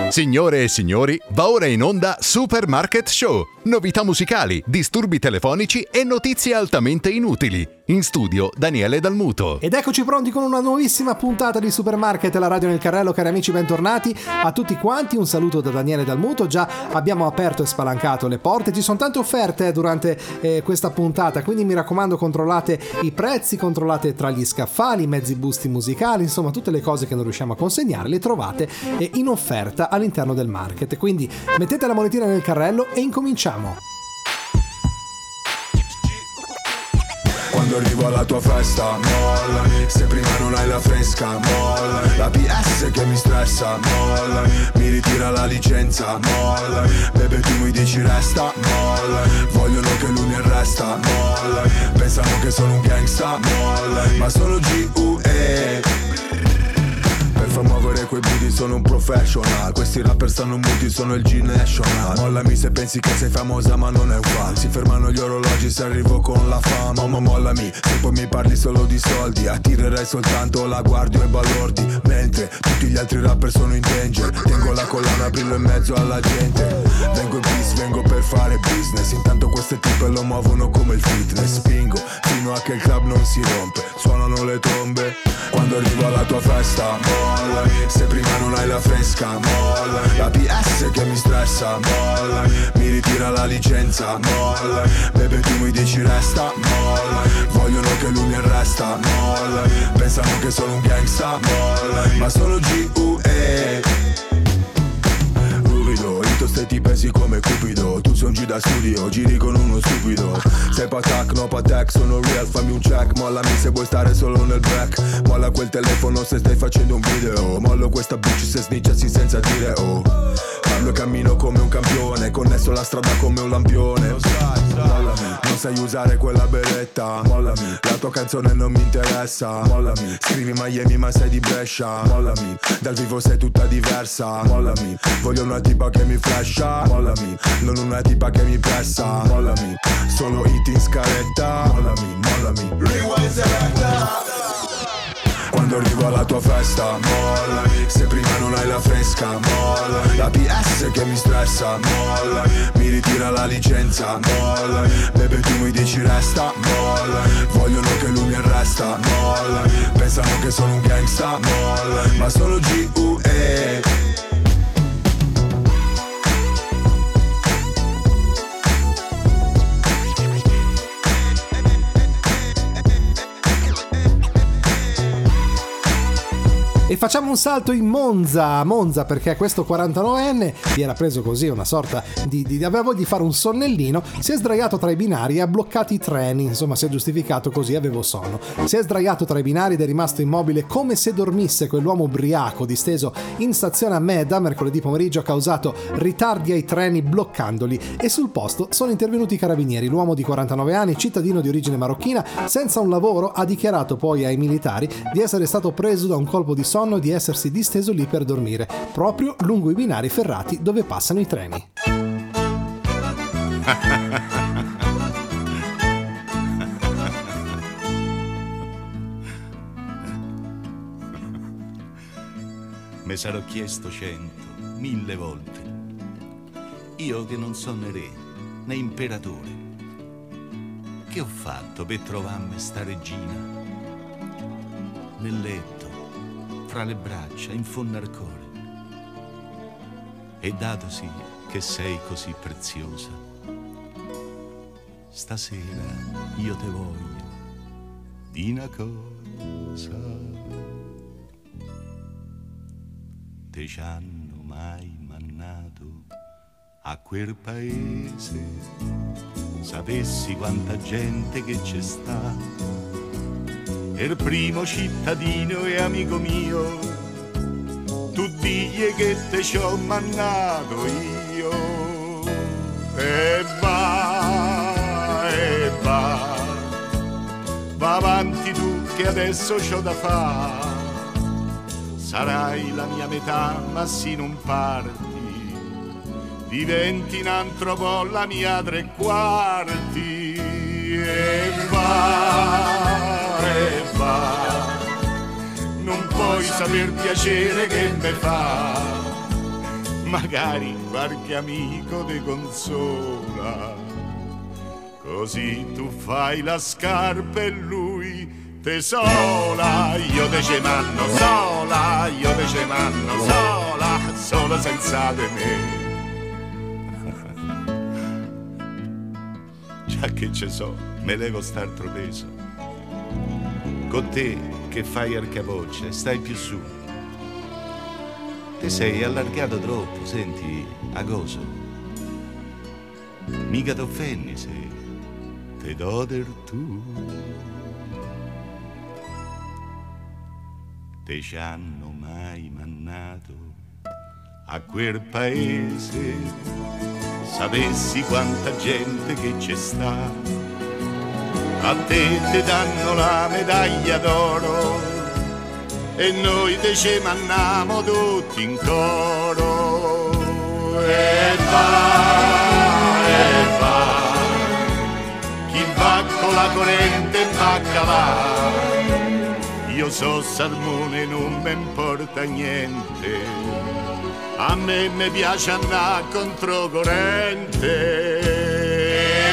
Signore e signori, va ora in onda Supermarket Show. Novità musicali, disturbi telefonici e notizie altamente inutili. In studio Daniele Dalmuto. Ed eccoci pronti con una nuovissima puntata di Supermarket, la radio nel carrello. Cari amici, bentornati a tutti quanti. Un saluto da Daniele Dalmuto. Già abbiamo aperto e spalancato le porte. Ci sono tante offerte durante questa puntata, quindi mi raccomando, controllate i prezzi, controllate tra gli scaffali, i mezzi busti musicali, insomma tutte le cose che non riusciamo a consegnare le trovate in offerta all'interno del market. Quindi mettete la monetina nel carrello e incominciamo. Quando arrivo alla tua festa, mollami. Se prima non hai la fresca, mollami. La PS che mi stressa, mollami. Mi ritira la licenza, mollami. Bebe tu mi dici resta, mollami. Vogliono che lui mi arresta, mollami. Pensano che sono un gangsta, mollami. Ma sono G.U.E. Per far muovere quei booty sono un professional. Questi rapper stanno muti, sono il G-National. Mollami se pensi che sei famosa ma non è un fan. Si fermano gli orologi se arrivo con la fama. Ma mollami se poi mi parli solo di soldi. Attirerai soltanto la guardia e balordi. Mentre tutti gli altri rapper sono in danger. Tengo la collana, brillo in mezzo alla gente. Vengo in peace, vengo per fare business. Intanto queste tipe lo muovono come il fitness. Spingo fino a che il club non si rompe. Suonano le trombe quando arrivo alla tua festa, mollami. Se prima non hai la fresca, mollami. La PS che mi stressa, mollami. Mi ritira la licenza, mollami. Bebe tu mi dici resta, mollami. Vogliono che lui mi arresta, mollami. Pensano che sono un gangsta, mollami. Ma sono G.U.E. Ito ste ti pensi come Cupido. Tu sei un G da studio, giri con uno stupido. Sei patak, no patek, sono real, fammi un check. Mollami se vuoi stare solo nel back. Molla quel telefono se stai facendo un video. Mollo questa bitch se snitchassi senza dire oh. Parlo e cammino come un campione, connesso la strada come un lampione. Mollami, non sai usare quella beretta. Mollami, la tua canzone non mi interessa. Mollami, scrivi Miami ma sei di Brescia. Mollami, dal vivo sei tutta diversa. Mollami, voglio una tipa che mi flasha. Mollami, non una tipa che mi pressa. Mollami, solo hit in scaletta. Mollami, mollami, rewind selecta. Quando arrivo alla tua festa, mollami. Se prima non hai la fresca, mollami. La PS che mi stressa, mollami. Mi ritira la licenza, mollami. Bebe tu mi dici resta, mollami. Vogliono che lui mi arresta, mollami. Pensano che sono un gangsta, mollami. Ma sono G.U.E. E facciamo un salto in Monza, perché questo 49enne si era preso così una sorta aveva voglia di fare un sonnellino, si è sdraiato tra i binari e ha bloccato i treni, insomma si è giustificato così, avevo sonno. Si è sdraiato tra i binari ed è rimasto immobile come se dormisse. Quell'uomo ubriaco disteso in stazione a Meda mercoledì pomeriggio ha causato ritardi ai treni bloccandoli e sul posto sono intervenuti i carabinieri. L'uomo di 49 anni, cittadino di origine marocchina, senza un lavoro, ha dichiarato poi ai militari di essere stato preso da un colpo di sonno e di essersi disteso lì per dormire, proprio lungo i binari ferrati dove passano i treni. Me sarò chiesto 100, 1000 volte, io che non sono né re né imperatore, che ho fatto per trovarmi sta regina nel letto, fra le braccia, in fondo al cuore. E datosi che sei così preziosa, stasera io te voglio di una cosa. Te ci hanno mai mannato a quel paese? Sapessi quanta gente che c'è sta. Il primo cittadino e amico mio, tu digli che te ci ho mannato io. E va, va avanti tu che adesso c'ho da fare. Sarai la mia metà ma se non parti, diventi un altro po' la mia tre quarti. E va, non puoi saper piacere che me fa. magari qualche amico te consola. Così tu fai la scarpa e lui te sola. Io te ce manno sola, io te ce manno sola, solo senza di me. Già che ce so, me levo st'altro peso. Con te che fai arcavoce, stai più su. Te sei allargato troppo, senti, a cosa? Mica t'offendi se te do del tu. Te ci hanno mai mannato a quel paese, sapessi quanta gente che c'è sta. A te te danno la medaglia d'oro e noi te ce manniamo tutti in coro. E va, chi va con la corrente va a cavare. Io so salmone, non mi importa niente, a me mi piace andare controcorrente. E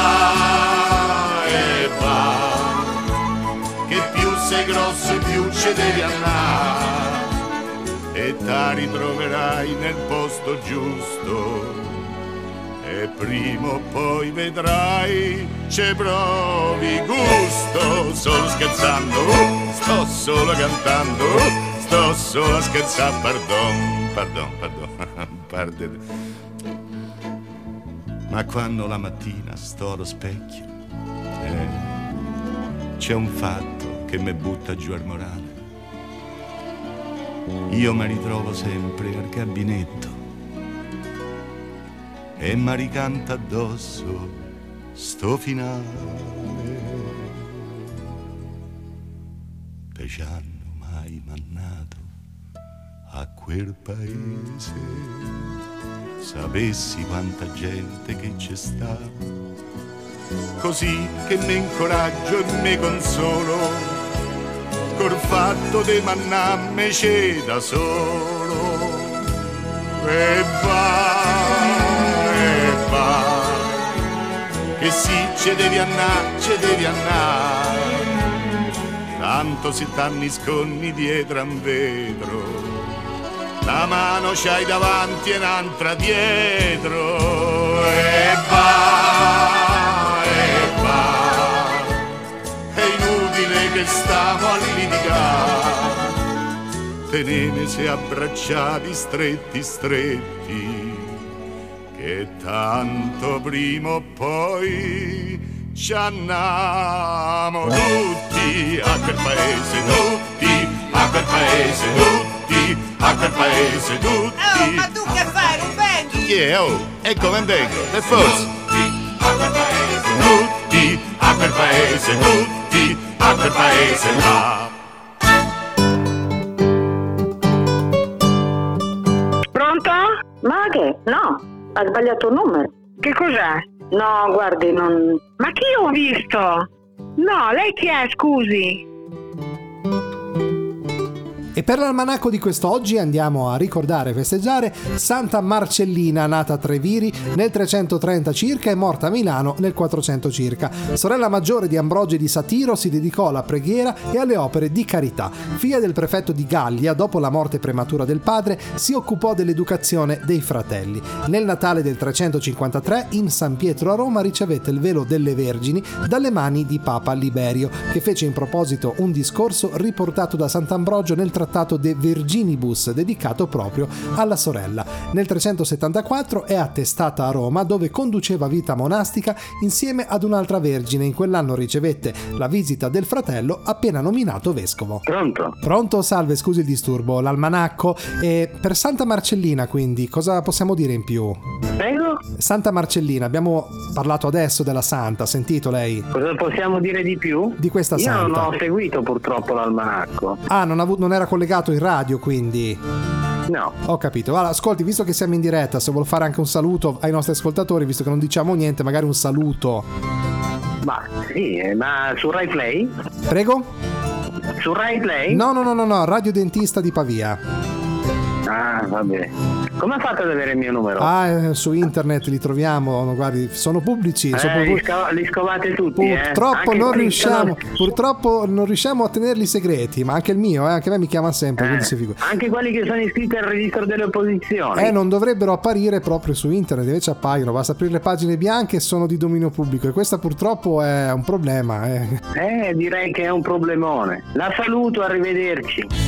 va, che più sei grosso più ci devi andare e ti ritroverai nel posto giusto e prima o poi vedrai ci provi gusto. Solo scherzando, sto solo cantando, sto solo a scherzare, pardon. Ma quando la mattina sto allo specchio, c'è un fatto che mi butta giù al morale. Io mi ritrovo sempre al gabinetto e mi ricanta addosso sto finale. Te ci hanno mai mannato a quel paese, sapessi quanta gente che c'è sta. Così che mi incoraggio e mi consolo col fatto di mannamme c'è da solo. E va, che sì, ci devi andare, tanto se t'anni sconni dietro a un vetro, la mano c'hai davanti e un'altra dietro. E va, è inutile che stiamo a litigare, teneme se abbracciati stretti, che tanto prima o poi ci andiamo tutti a quel paese, tutti a quel paese, tutti a quel paese, tutti. Ma tu che fai, non vengi? Chi è? Oh, e come vengo? Per forza. Tutti a quel paese, tutti a quel paese, tutti a quel paese là. Pronto? Ma che? No, ha sbagliato il numero. Che cos'è? No, guardi, non... Ma chi ho visto? No, lei chi è, scusi? E per l'almanacco di quest'oggi andiamo a ricordare e festeggiare Santa Marcellina, nata a Treviri nel 330 circa e morta a Milano nel 400 circa. Sorella maggiore di Ambrogio e di Satiro, si dedicò alla preghiera e alle opere di carità. Figlia del prefetto di Gallia, dopo la morte prematura del padre, si occupò dell'educazione dei fratelli. Nel Natale del 353, in San Pietro a Roma, ricevette il velo delle Vergini dalle mani di Papa Liberio, che fece in proposito un discorso riportato da Sant'Ambrogio nel Trattato de Virginibus, dedicato proprio alla sorella. Nel 374 è attestata a Roma, dove conduceva vita monastica insieme ad un'altra vergine. In quell'anno ricevette la visita del fratello appena nominato vescovo. Pronto? Pronto, salve, scusi il disturbo, l'almanacco. E per Santa Marcellina, quindi, cosa possiamo dire in più? Prego? Santa Marcellina, abbiamo parlato adesso della santa, sentito lei? Cosa possiamo dire di più? Di questa Io santa. non ho seguito purtroppo l'almanacco. Ah, non era collegato in radio, quindi? No. Ho capito. Allora, ascolti, visto che siamo in diretta, se vuol fare anche un saluto ai nostri ascoltatori, visto che non diciamo niente, magari un saluto. Ma sì, ma su Rai Play? Prego? Su Rai Play? No, Radio Dentista di Pavia. Ah, vabbè. Come ha fatto ad avere il mio numero? Su internet li troviamo, guardi, sono pubblici. Li scovate tutti, Purtroppo non riusciamo a tenerli segreti, ma anche il mio, anche me mi chiama sempre, quindi si figura. Anche quelli che sono iscritti al registro delle opposizioni. Non dovrebbero apparire proprio su internet, invece appaiono, basta aprire le pagine bianche e sono di dominio pubblico, e questo purtroppo è un problema. Direi che è un problemone. La saluto, arrivederci.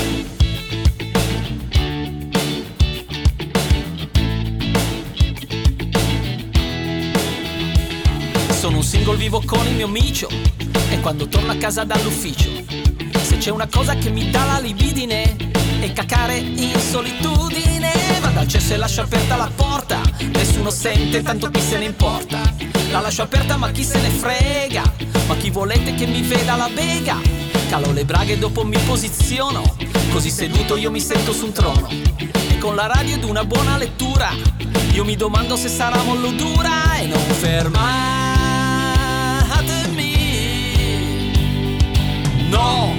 Sono un single vivo con il mio micio, e quando torno a casa dall'ufficio, se c'è una cosa che mi dà la libidine, è cacare in solitudine. Vado al cesso e lascio aperta la porta, nessuno sente, tanto chi se ne importa. La lascio aperta ma chi se ne frega, ma chi volete che mi veda la bega. Calo le braghe e dopo mi posiziono, così seduto io mi sento su un trono, e con la radio ed una buona lettura io mi domando se sarà mollo dura. E non fermatemi, no,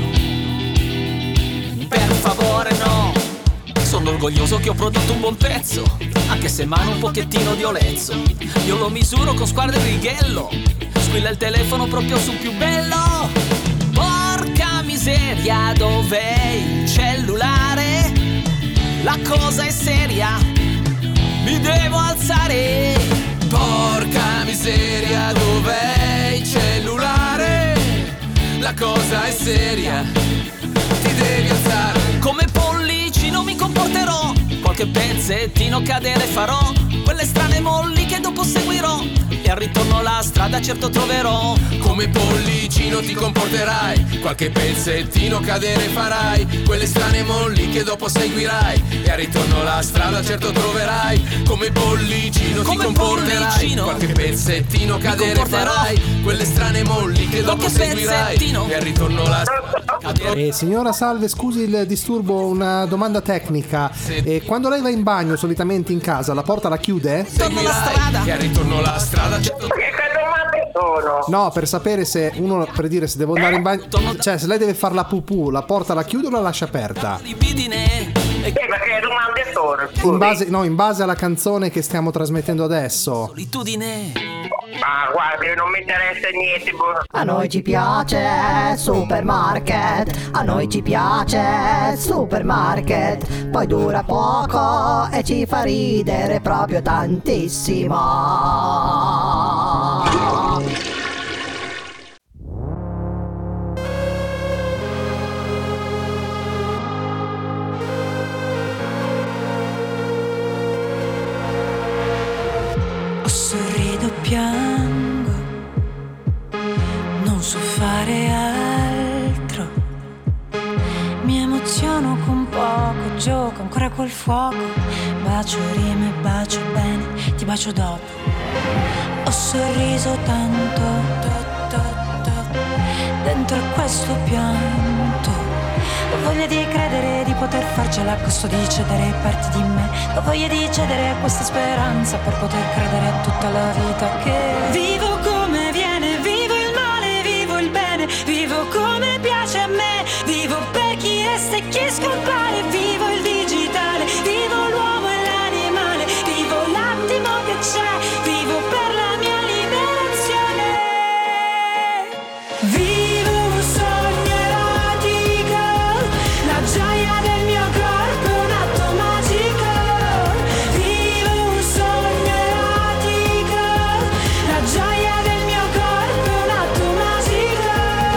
per favore no. Sono orgoglioso che ho prodotto un buon pezzo, anche se emano un pochettino di olezzo. Io lo misuro con sguardo e righello, squilla il telefono proprio sul più bello. Porca miseria, dov'è il cellulare? La cosa è seria, mi devo alzare. Porca miseria, dov'è il cellulare? La cosa è seria, ti devi alzare. Come pollicino mi comporterò, qualche pezzettino cadere farò, quelle strane molli che dopo seguirò, e al ritorno la strada certo troverò. Come pollicino ti comporterai, qualche pezzettino cadere farai, quelle strane molli che dopo seguirai, e al ritorno la strada certo troverai. Come pollicino ti comporterai, qualche pezzettino cadere farai, quelle strane molli che dopo seguirai, e al ritorno la strada. Signora, salve, scusi il disturbo, una domanda tecnica. Quando lei va in bagno solitamente in casa, la porta la chiude? Torno la strada, e al ritorno la strada certo. No, per sapere se uno, per dire se devo andare in bagno, cioè se lei deve fare la pupù, la porta la chiude o la lascia aperta? Perché domande sono? In base alla canzone che stiamo trasmettendo adesso. Solitudine. Ma guardi, non mi interessa niente. A noi ci piace Supermarket, a noi ci piace Supermarket, poi dura poco e ci fa ridere proprio tantissimo. Sorrido, piango, non so fare altro, mi emoziono con poco, gioco ancora col fuoco, bacio rime, bacio bene, ti bacio dopo. Ho sorriso tanto, dentro questo pianto. Ho voglia di credere di poter farcela a costo di cedere parti di me. Ho voglia di cedere a questa speranza per poter credere a tutta la vita che vivo come viene, vivo il male, vivo il bene, vivo come piace a me, vivo per chi resta e chi scompare, vivo il digitale, vivo l'uomo e l'animale, vivo l'attimo che c'è, vivo per la mia liberazione. Vivo un sogno erotico, la gioia del mio corpo è un atto magico. Vivo un sogno erotico, la gioia del mio corpo è un atto magico.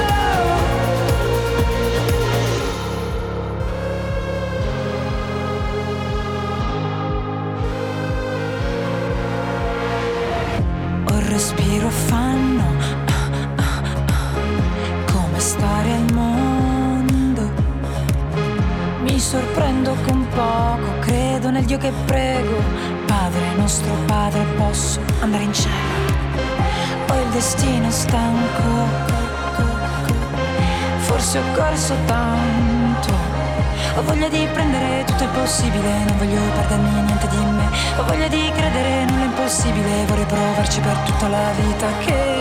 Un respiro fanno come stare al mondo. Mi sorprendo con poco, credo nel Dio che prego. Padre nostro Padre, posso andare in cielo. Poi il destino è stanco, forse ho corso tanto. Ho voglia di prendere tutto il possibile, non voglio perdermi niente di me. Ho voglia di credere nulla è impossibile, vorrei provarci per tutta la vita che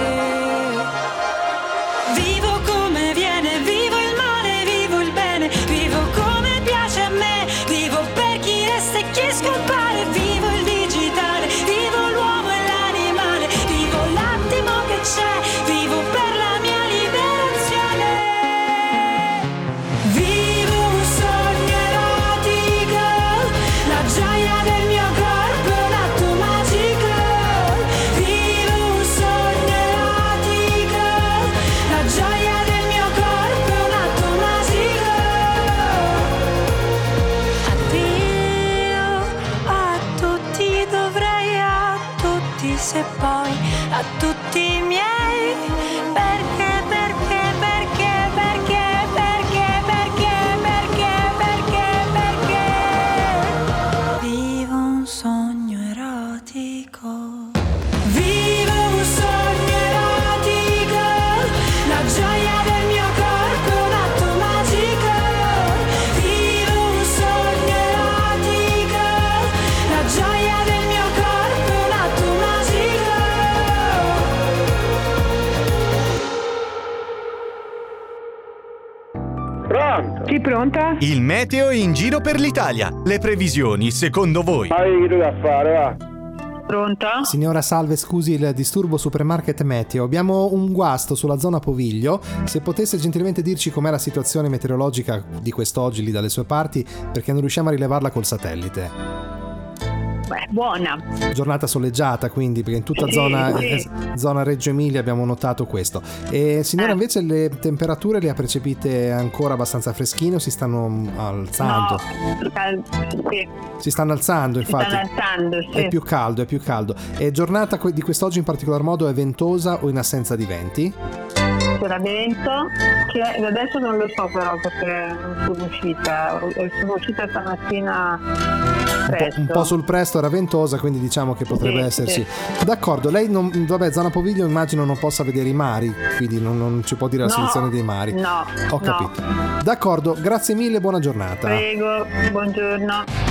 vivo come viene, vivo il male, vivo il bene, vivo come piace a me, vivo per chi scompare, vivo il digitale, vivo l'uomo e l'animale, vivo l'attimo che c'è, vivo per la mia liberazione. Vivo un sogno erotico, la gioia del mio corpo è un atto magico. Vivo un sogno erotico, la gioia del mio corpo è un atto magico. Addio a tutti, dovrei a tutti, se poi a tutti i miei, perché vivo un sogno erotico. Vivo un sogno erotico, la gioia del mio corpo è un atto magico. Vivo un sogno erotico, la gioia del mio corpo è un atto magico. Pronto? Sì, pronta? Il meteo in giro per l'Italia. Le previsioni, secondo voi? Ma che dove fare, va? Pronta? Signora, salve, scusi il disturbo supermarket meteo. Abbiamo un guasto sulla zona Poviglio. Se potesse gentilmente dirci com'è la situazione meteorologica di quest'oggi lì dalle sue parti, perché non riusciamo a rilevarla col satellite. Beh, buona. Giornata soleggiata, quindi, perché in tutta Sì. zona Reggio Emilia abbiamo notato questo. E signora, invece le temperature le ha percepite ancora abbastanza freschine o si stanno alzando? Sì. Si stanno alzando, infatti. Si stanno alzando, sì. È più caldo. E giornata di quest'oggi in particolar modo è ventosa o in assenza di venti? C'era vento, che adesso non lo so però perché non sono uscita stamattina presto. Un po' sul presto era ventosa, quindi diciamo che potrebbe esserci. D'accordo, lei zona Poviglio immagino non possa vedere i mari, quindi non ci può dire la situazione dei mari. No. Ho capito. D'accordo, grazie mille, buona giornata. Prego, buongiorno.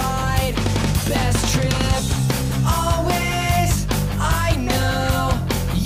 Best trip, always. I know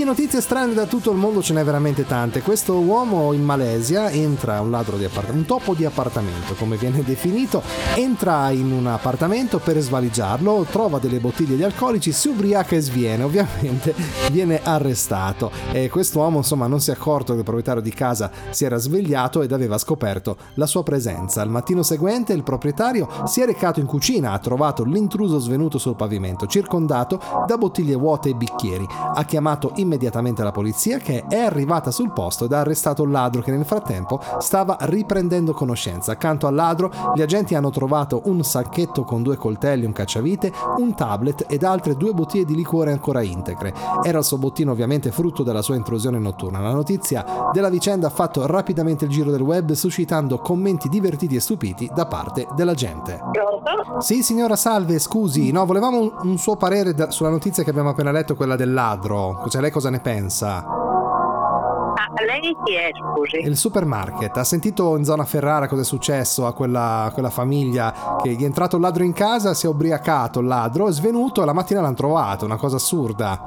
notizie strane da tutto il mondo ce n'è veramente tante. Questo uomo in Malesia entra, un ladro di appartamento, un topo di appartamento come viene definito, entra in un appartamento per svaligiarlo, trova delle bottiglie di alcolici, si ubriaca e sviene, ovviamente viene arrestato. E quest'uomo insomma non si è accorto che il proprietario di casa si era svegliato ed aveva scoperto la sua presenza. Al mattino seguente il proprietario si è recato in cucina, ha trovato l'intruso svenuto sul pavimento, circondato da bottiglie vuote e bicchieri. Ha chiamato immediatamente la polizia, che è arrivata sul posto ed ha arrestato il ladro, che nel frattempo stava riprendendo conoscenza. Accanto al ladro gli agenti hanno trovato un sacchetto con 2 coltelli, un cacciavite, un tablet ed altre 2 bottiglie di liquore ancora integre. Era il suo bottino, ovviamente frutto della sua intrusione notturna. La notizia della vicenda ha fatto rapidamente il giro del web, suscitando commenti divertiti e stupiti da parte della gente. Pronto? Sì, signora, salve, scusi, no, volevamo un suo parere sulla notizia che abbiamo appena letto, quella del ladro. Cioè, lei cosa ne pensa? Lei chi è, scusi? Il supermarket. Ha sentito in zona Ferrara cosa è successo a quella famiglia, che gli è entrato il ladro in casa, si è ubriacato il ladro, è svenuto e la mattina l'hanno trovato, una cosa assurda.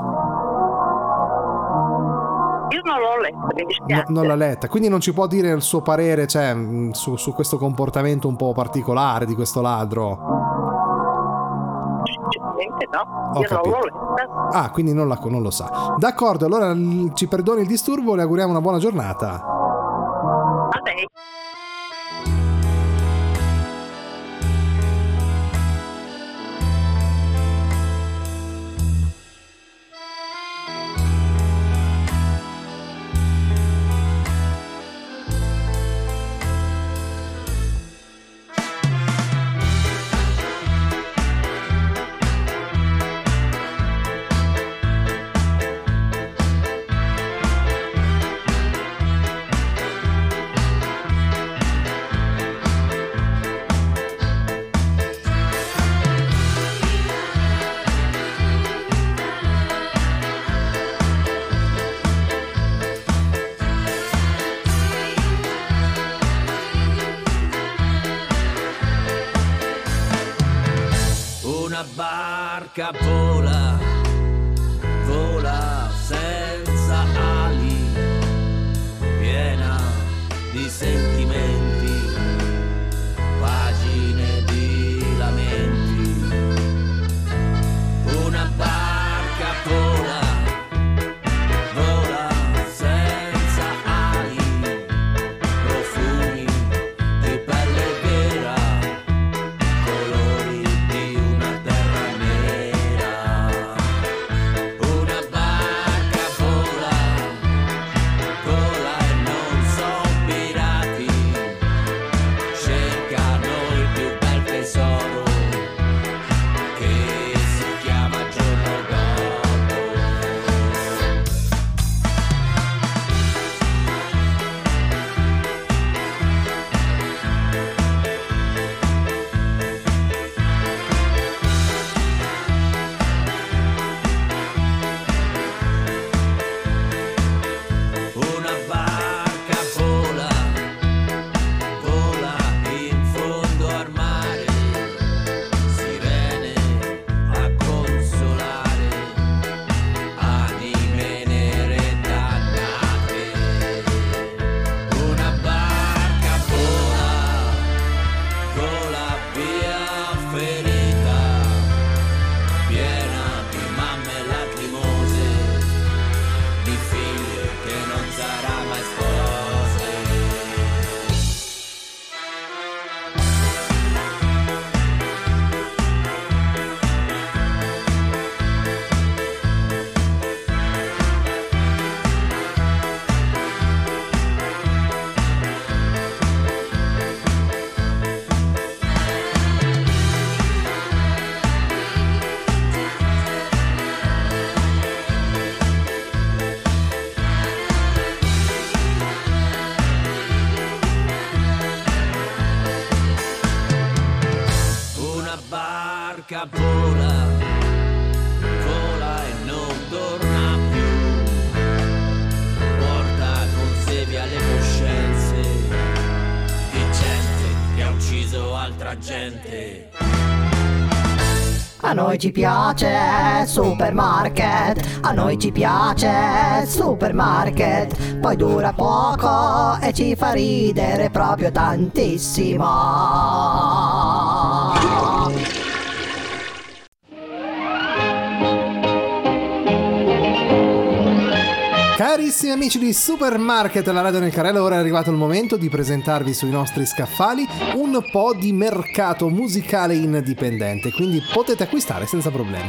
Io non l'ho letta, mi dispiace. Non l'ha letta, quindi non ci può dire il suo parere, cioè, su questo comportamento un po' particolare di questo ladro? Sinceramente no, Ho io non capito. l'ho letta. Ah, quindi non lo sa. D'accordo, allora ci perdoni il disturbo, le auguriamo una buona giornata. A lei. Una barca vola, vola senza ali, piena di sentimenti, pagine di lamenti. Una barca vola, vola senza ali, profumi di pelle vera, colori di una terra nera. Una barca vola, vola e non son pirati, cercano il più bel tesoro che si chiama giorno dopo. Una barca vola, vola in fondo al mare, sirene a consolare, anime nere dannate. Una barca vola, vola via ferita, piena di mamme lacrimose, di figlie che non sarà mai spose. Una barca vola, vola e non torna più, porta con sé via le coscienze di gente che ha ucciso altra gente. A noi ci piace Supermarket, a noi ci piace Supermarket, poi dura poco e ci fa ridere proprio tantissimo. Carissimi amici di Supermarket, la radio nel carrello, ora è arrivato il momento di presentarvi sui nostri scaffali un po' di mercato musicale indipendente, quindi potete acquistare senza problemi.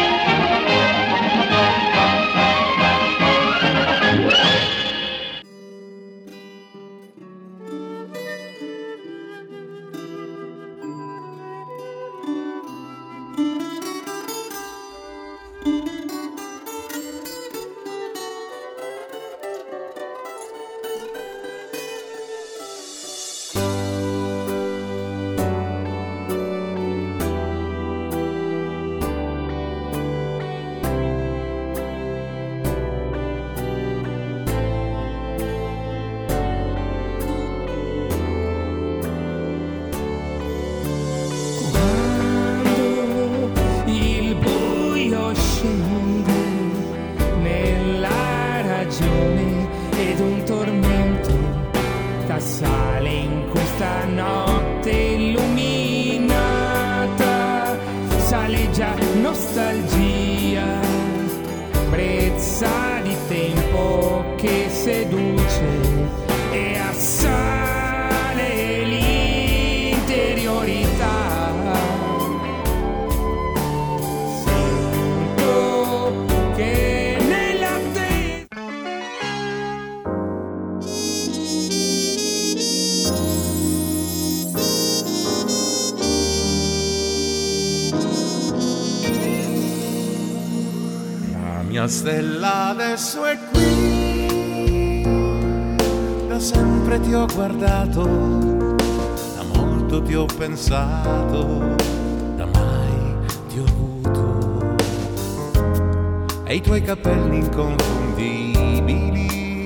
mia stella adesso è qui, da sempre ti ho guardato, da molto ti ho pensato, da mai ti ho avuto, e i tuoi capelli inconfondibili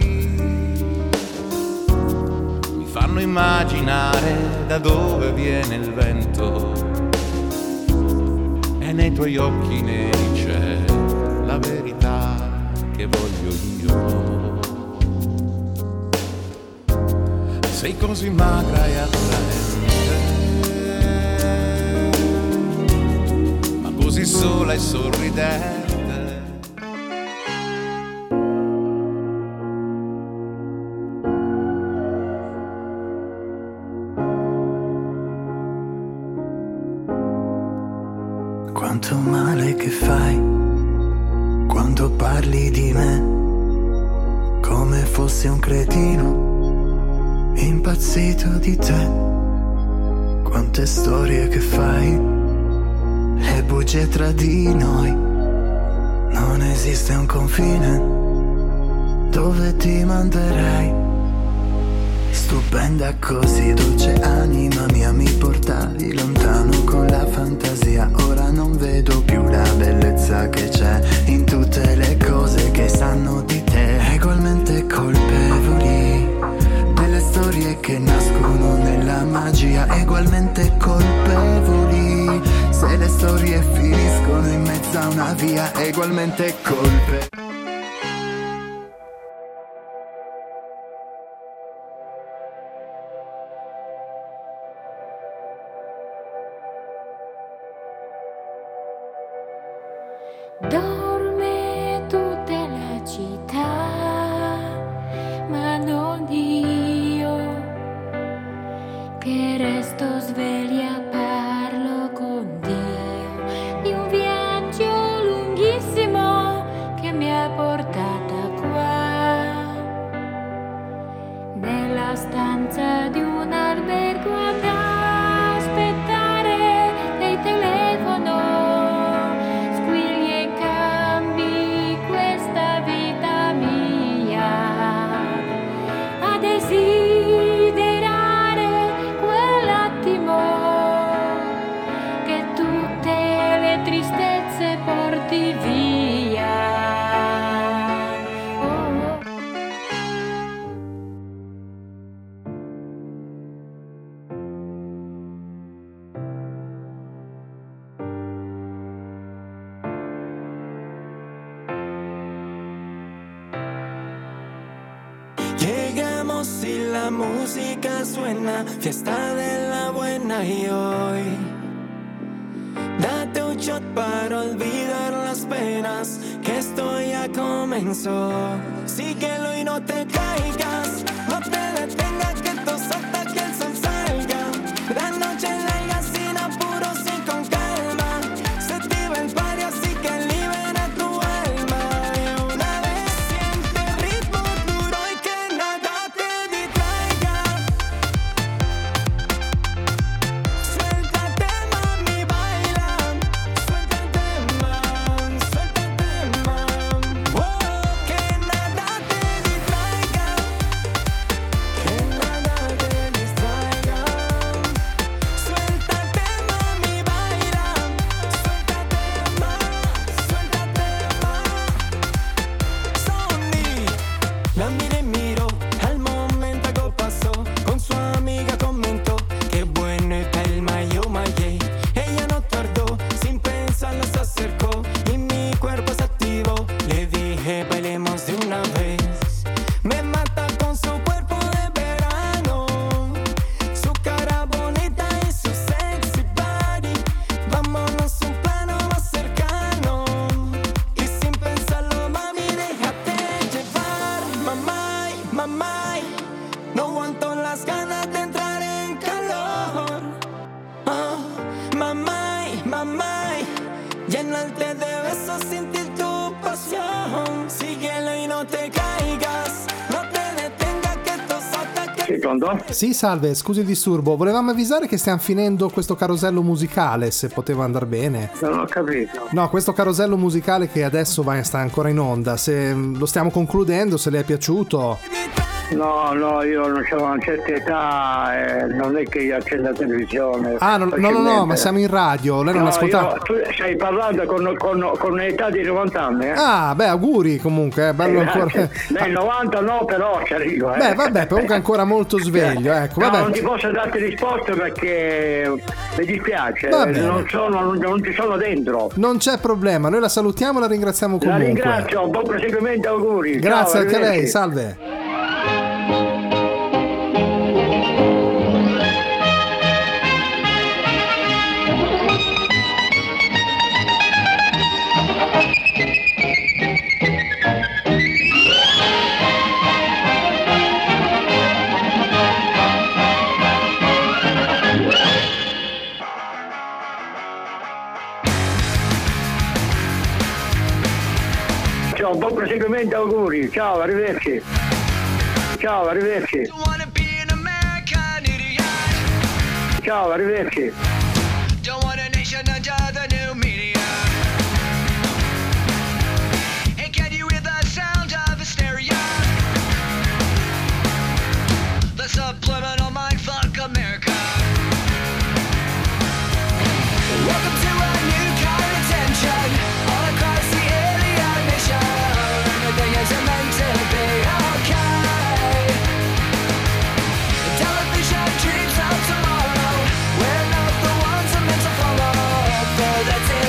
mi fanno immaginare da dove viene il vento, e nei tuoi occhi neri c'è la verità che voglio io. Sei così magra e attraente, ma così sola e sorridente. Quanto male che fai quando parli di me, come fossi un cretino impazzito di te. Quante storie che fai, le bugie tra di noi. Non esiste un confine dove ti manderei. Stupenda così, dolce anima mia, mi portavi lontano con la fantasia. Ora non vedo più la bellezza che c'è in tutte le cose che sanno di te. Egualmente colpevoli delle storie che nascono nella magia. Egualmente colpevoli se le storie finiscono in mezzo a una via. Egualmente colpevoli. Dorme tutta la città, ma non io, che resto sveglia, parlo con Dio di un viaggio lunghissimo che mi ha portata qua, nella stanza di un albergo ad aspettare il telefono. Desiderare quell'attimo la música suena, fiesta de la buena y hoy date un shot para olvidar las penas, que esto ya comenzó. Síguelo y no te caigas, no te detengas, que esto salta que el sol salga. La noche larga sin apuros y con calma, se activa el party así que libera tu alma. Y una vez siente el ritmo duro y que nada te distraiga. Suéltate mami, baila. Suéltate man, suéltate man. Oh, que nada te distraiga. Que nada te distraiga. Suéltate mami, baila. Suéltate más, suéltate más. Sony la miré y miró, al momento algo pasó. Con su amiga comentó, qué bueno está el mayo, mayey. Ella no tardó, sin pensarlo se acercó y mi cuerpo se activó. Le dije, bailemos de una vez. Me mata con su cuerpo de verano, su cara bonita y su sexy body. Vámonos un plano más cercano y sin pensarlo, mami, déjate llevar. Mamá, mamá, no aguanto las ganas de entrar en calor. Mamá, mamá, llenarte de besos, sentir tu pasión. Síguelo y no te caigas, no te detengas, que esto salta que... Sì, salve, scusi il disturbo. Volevamo avvisare che stiamo finendo questo carosello musicale, se poteva andare bene. Non ho capito. No, questo carosello musicale che adesso sta ancora in onda. Se lo stiamo concludendo, se le è piaciuto. No, io non ho una certa età, non è che io accendo la televisione. Ah, no, ma siamo in radio, lei non ascolta. Tu stai parlando con un'età di 90 anni, eh? Ah, beh, auguri comunque, è bello ancora. Beh, 90 no, però ci arrivo, Beh, vabbè, comunque ancora molto sveglio, ecco, vabbè. No, non ti posso darti risposte perché mi dispiace, non ci sono dentro. Non c'è problema, noi la salutiamo e la ringraziamo comunque. La ringrazio, buon proseguimento, auguri. Grazie Ciao, anche a lei, arrivederci. salve. Ciao, buon proseguimento, auguri. Ciao, arrivederci. Ciao, arrivederci. Ciao, arrivederci. Don't want a nation under the new media. And can you hear the sound of hysteria? The subliminal mindfuck America. Welcome to a new kind of tension all across the alien nation. Everything isn't meant to be okay. Television dreams of tomorrow. We're not the ones I'm meant to follow, but that's it.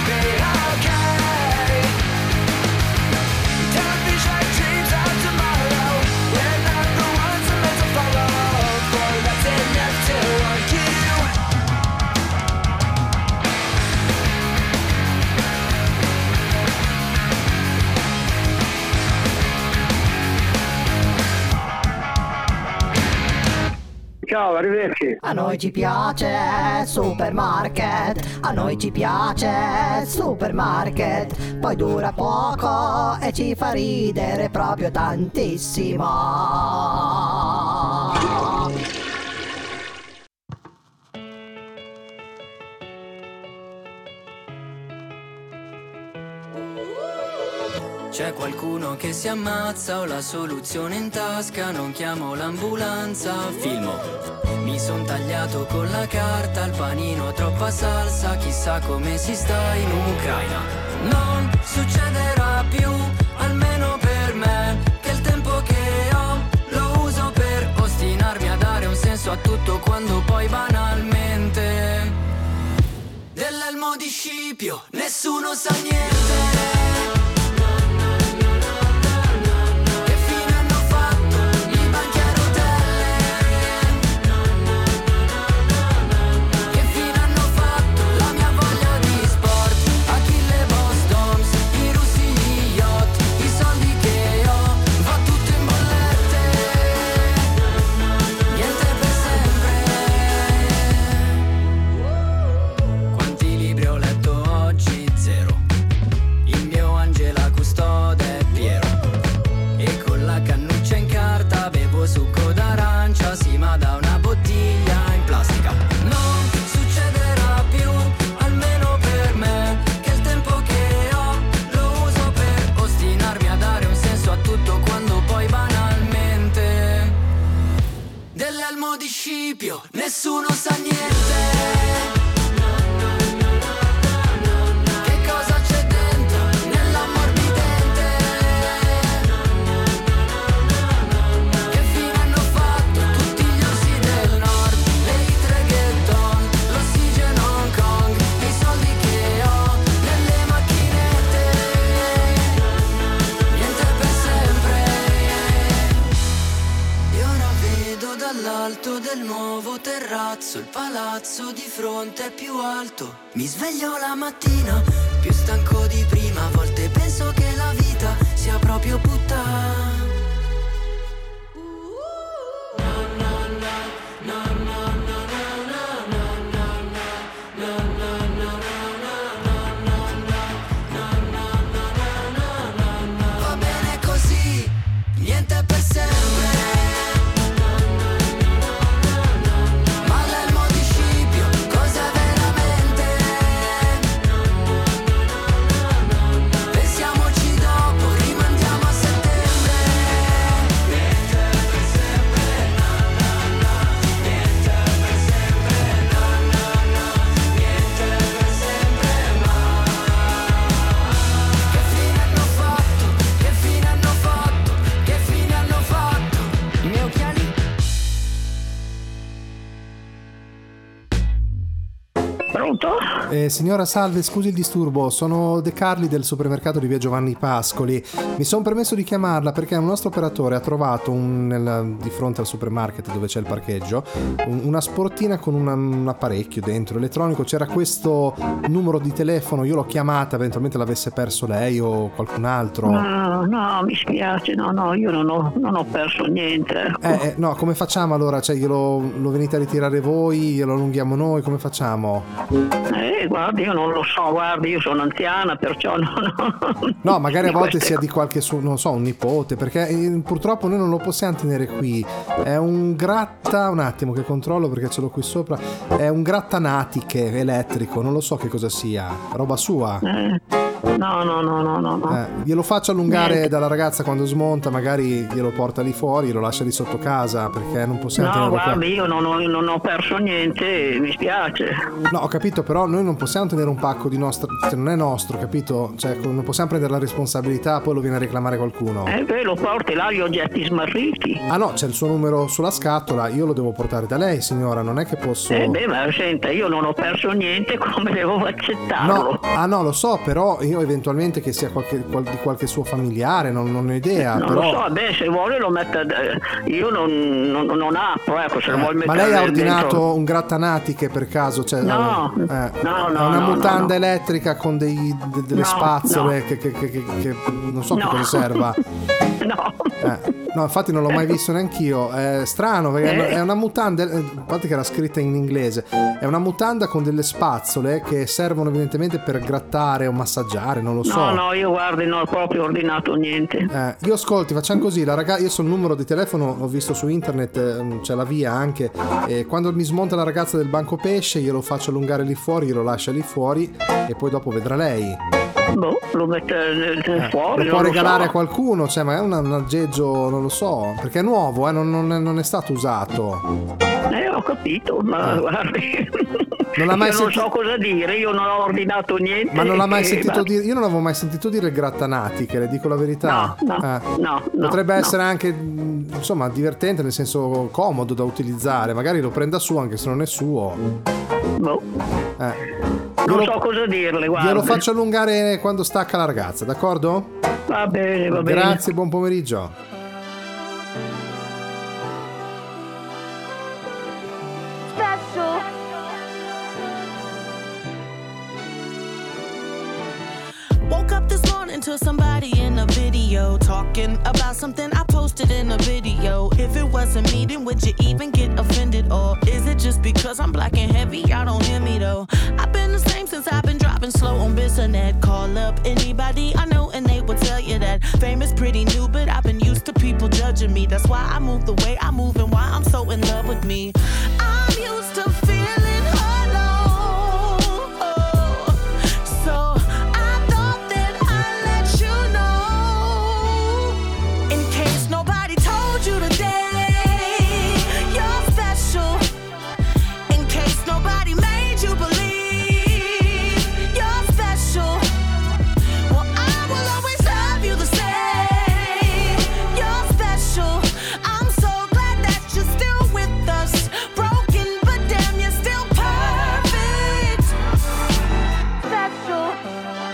be okay. Television like dreams of tomorrow. We're not the ones who meant to follow. Boy, that's enough to want you. Ciao, arrivederci. A noi ci piace Supermarket, a noi ci piace Supermarket, poi dura poco e ci fa ridere proprio tantissimo. C'è qualcuno che si ammazza, ho la soluzione in tasca, non chiamo l'ambulanza, filmo. Mi son tagliato con la carta, il panino troppa salsa, chissà come si sta in Ucraina. Non succederà più, almeno per me, che il tempo che ho lo uso per ostinarmi a dare un senso a tutto quando poi banalmente dell'elmo di Scipio nessuno sa niente. Nessuno sa niente. Che cosa c'è dentro nell'ammorbidente? Che fine hanno fatto tutti gli orsi del nord, le hit reggaeton, l'ossigeno Hong Kong, i soldi che ho nelle macchinette? Niente per sempre. E ora vedo dall'alto del nuovo terrazzo, il palazzo di fronte è più alto. Mi sveglio la mattina, più stanco di prima. A volte penso che la vita sia proprio puttana. Va bene così, niente per sempre. Signora, salve, scusi il disturbo, sono De Carli del supermercato di via Giovanni Pascoli. Mi sono permesso di chiamarla perché un nostro operatore ha trovato di fronte al supermarket dove c'è il parcheggio una sportina con un apparecchio dentro elettronico. C'era questo numero di telefono, io l'ho chiamata, eventualmente l'avesse perso lei o qualcun altro. No, mi spiace, no, io non ho perso niente. No, come facciamo allora? Cioè, lo venite a ritirare voi, glielo allunghiamo noi, come facciamo? Guardi, io non lo so, guardi, io sono anziana, perciò no, magari a volte sia di qualche suo, non so, un nipote, perché purtroppo noi non lo possiamo tenere qui. È un un attimo che controllo perché ce l'ho qui sopra. È un grattanatiche elettrico, non lo so che cosa sia. Roba sua? No. Glielo faccio allungare Niente. dalla ragazza quando smonta, magari glielo porta lì fuori, lo lascia lì sotto casa, perché non possiamo No, tenerlo qua. guardi, io non ho perso niente, mi spiace. No, ho capito, però noi non possiamo tenere un pacco di nostro, cioè non è nostro, capito? Cioè non possiamo prendere la responsabilità, poi lo viene a reclamare qualcuno. Lo porti là gli oggetti smarriti. Ah no, c'è il suo numero sulla scatola, io lo devo portare da lei, signora, non è che posso... Ma senta, io non ho perso niente, come devo accettarlo? No, lo so, però io eventualmente che sia di qualche suo familiare, non ho idea. Non però... lo so, se vuole lo metta. Io non apro, ecco, se lo vuole mettere. Ma lei ha ordinato dentro... un grattanatiche per caso? Cioè, No, è una mutanda elettrica con delle spazzole che non so che cosa serva. No, infatti non l'ho mai visto neanch'io. È strano perché è una mutanda, a parte che era scritta in inglese, è una mutanda con delle spazzole che servono evidentemente per grattare o massaggiare, non lo so. No, io guardi, non ho proprio ordinato niente. Io ascolti, facciamo così, io so il numero di telefono, l'ho visto su internet, c'è la via anche, e quando mi smonta la ragazza del banco pesce glielo faccio allungare lì fuori, glielo lascia lì fuori e poi dopo vedrà lei. Lo mette fuori. Lo può regalare a qualcuno, cioè ma è un aggeggio, non lo so, perché è nuovo, non è stato usato. Ho capito, ma guardi, non l'ha mai io non so cosa dire, io non ho ordinato niente. Ma non l'ha mai sentito dire? Io non avevo mai sentito dire grattanatiche, le dico la verità. No. Potrebbe essere anche, insomma, divertente, nel senso comodo da utilizzare, magari lo prenda su anche se non è suo. Non so cosa dirle, guarda. Glielo faccio allungare quando stacca la ragazza, d'accordo? Va bene. Grazie, buon pomeriggio. Woke up this morning to somebody in a video talking about something I posted in a video. If it wasn't me, then would you even get offended? Or is it just because I'm black and heavy? Y'all don't hear me though. I've been the same since I've been dropping slow on Bissonnet. Call up anybody I know and they will tell you that fame is pretty new, but I've been used to people judging me. That's why I move the way I move and why I'm so in love with me. I'm used to feeling alone. So you today, you're special. In case nobody made you believe you're special. Well, I will always love you the same. You're special. I'm so glad that you're still with us. Broken, but damn, you're still perfect. Special.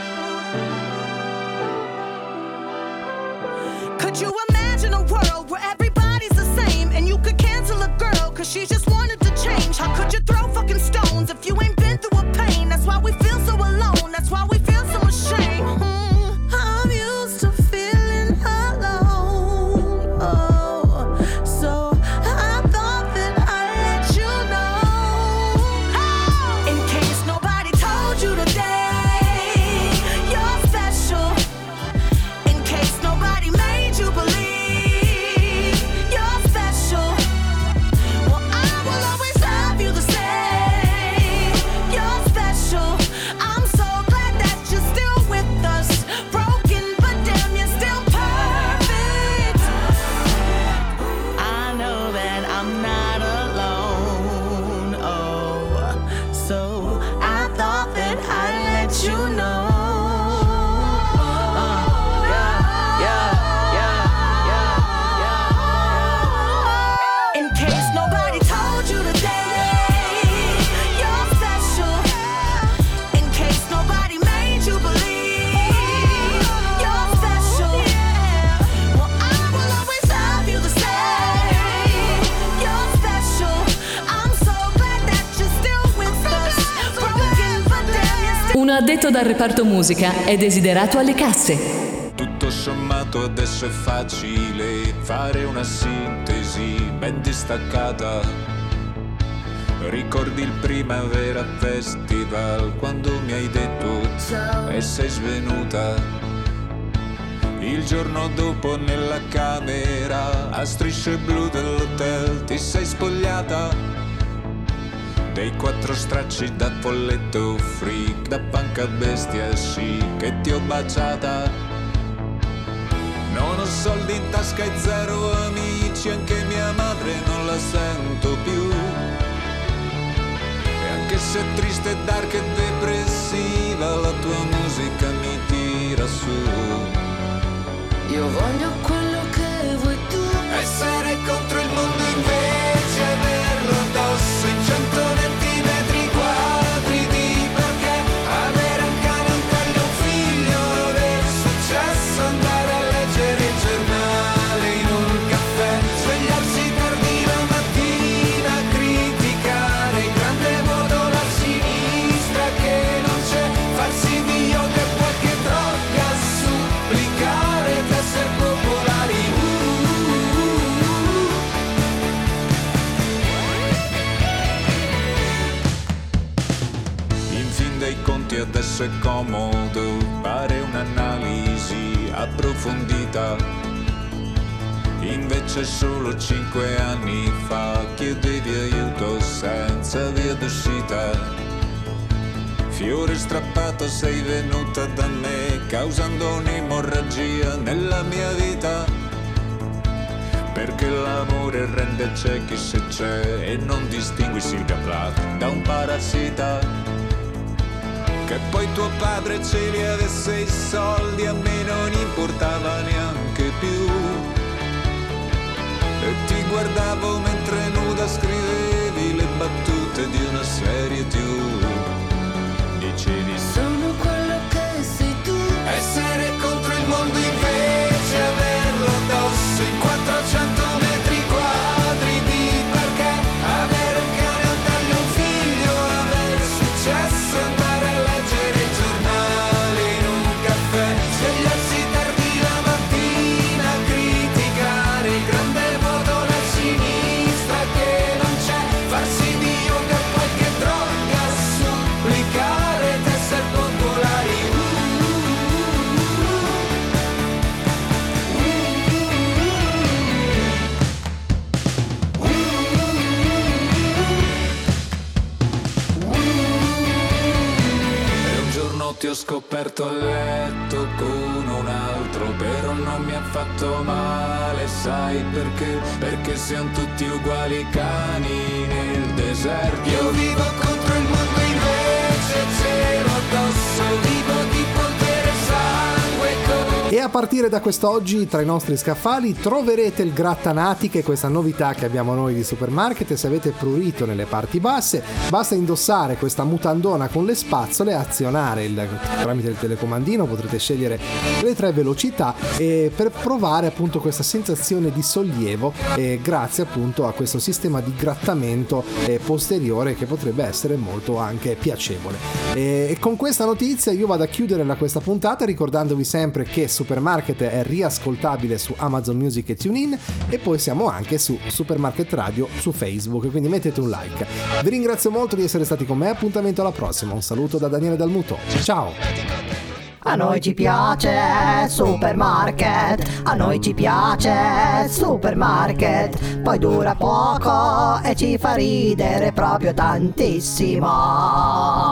Could you imagine a world where everybody's the same and you could cancel a girl cause she just wanted to change? How could you throw fucking stones if you ain't been through a pain? That's why we feel so alone, that's why we feel so ashamed. I'm used to feeling alone. So I thought that I'd let you know. In case nobody told you today, you're special. In case nobody made you believe Uno addetto dal reparto musica è desiderato alle casse. Tutto sommato adesso è facile fare una sintesi ben distaccata. Ricordi il Primavera Festival quando mi hai detto e sei svenuta. Il giorno dopo nella camera a strisce blu dell'hotel ti sei spogliata. dei 4 stracci da folletto freak, da panca bestia sì, che ti ho baciata. Non ho soldi in tasca e 0 amici, anche mia madre non la sento più. E anche se è triste, dark e depressiva, la tua musica mi tira su. Io voglio quello che vuoi tu, essere contro il mondo invece averlo addosso in 120 metri quadri di perché avere un cane, un taglio, un figlio, aver successo, andare a leggere il giornale in un caffè, svegliarsi tardi la mattina, criticare il grande modo la sinistra che non c'è, farsi di yoga e qualche droga, supplicare di essere popolari. In fin dei conti adesso è comodo fare un'analisi approfondita. Invece solo 5 anni fa chiedevi aiuto senza via d'uscita. Fiore strappato sei venuta da me, causando un'emorragia nella mia vita. Perché l'amore rende ciechi se c'è e non distingui Silvia Plath da un parassita. Che poi tuo padre ce li avesse i soldi, a me non importava neanche più. E ti guardavo mentre nuda scrivevi le battute di una serie TV. Dicevi sono quello che sei tu, essere contro il mondo invece averlo addosso in 400 metri quadri di perché avere un cane, un taglio, un figlio, aver successo, andare a leggere il giornale in un caffè, svegliarsi tardi la mattina, criticare il grande modo la sinistra che non c'è, farsi di yoga e qualche droga, supplicare di essere popolari. E un giorno ti ho scoperto a letto con un altro, però non mi ha fatto male, sai perché? Perché siamo tutti uguali cani nel deserto. Io vivo contro il mondo invece ce l'ho addosso, vivo di potere, sangue, E a partire da quest'oggi tra i nostri scaffali troverete il Grattanati, che è questa novità che abbiamo noi di Supermarket. E se avete prurito nelle parti basse, basta indossare questa mutandona con le spazzole, azionare tramite il telecomandino, potrete scegliere le 3 velocità per provare appunto questa sensazione di sollievo, grazie appunto a questo sistema di grattamento posteriore che potrebbe essere molto anche piacevole. E con questa notizia io vado a chiudere questa puntata, ricordandovi sempre che Supermarket è riascoltabile su Amazon Music e TuneIn, e poi siamo anche su Supermarket Radio su Facebook, quindi mettete un like. Vi ringrazio molto di essere stati con me, appuntamento alla prossima, un saluto da Daniele Dalmuto, ciao! A noi ci piace Supermarket, a noi ci piace Supermarket, poi dura poco e ci fa ridere proprio tantissimo.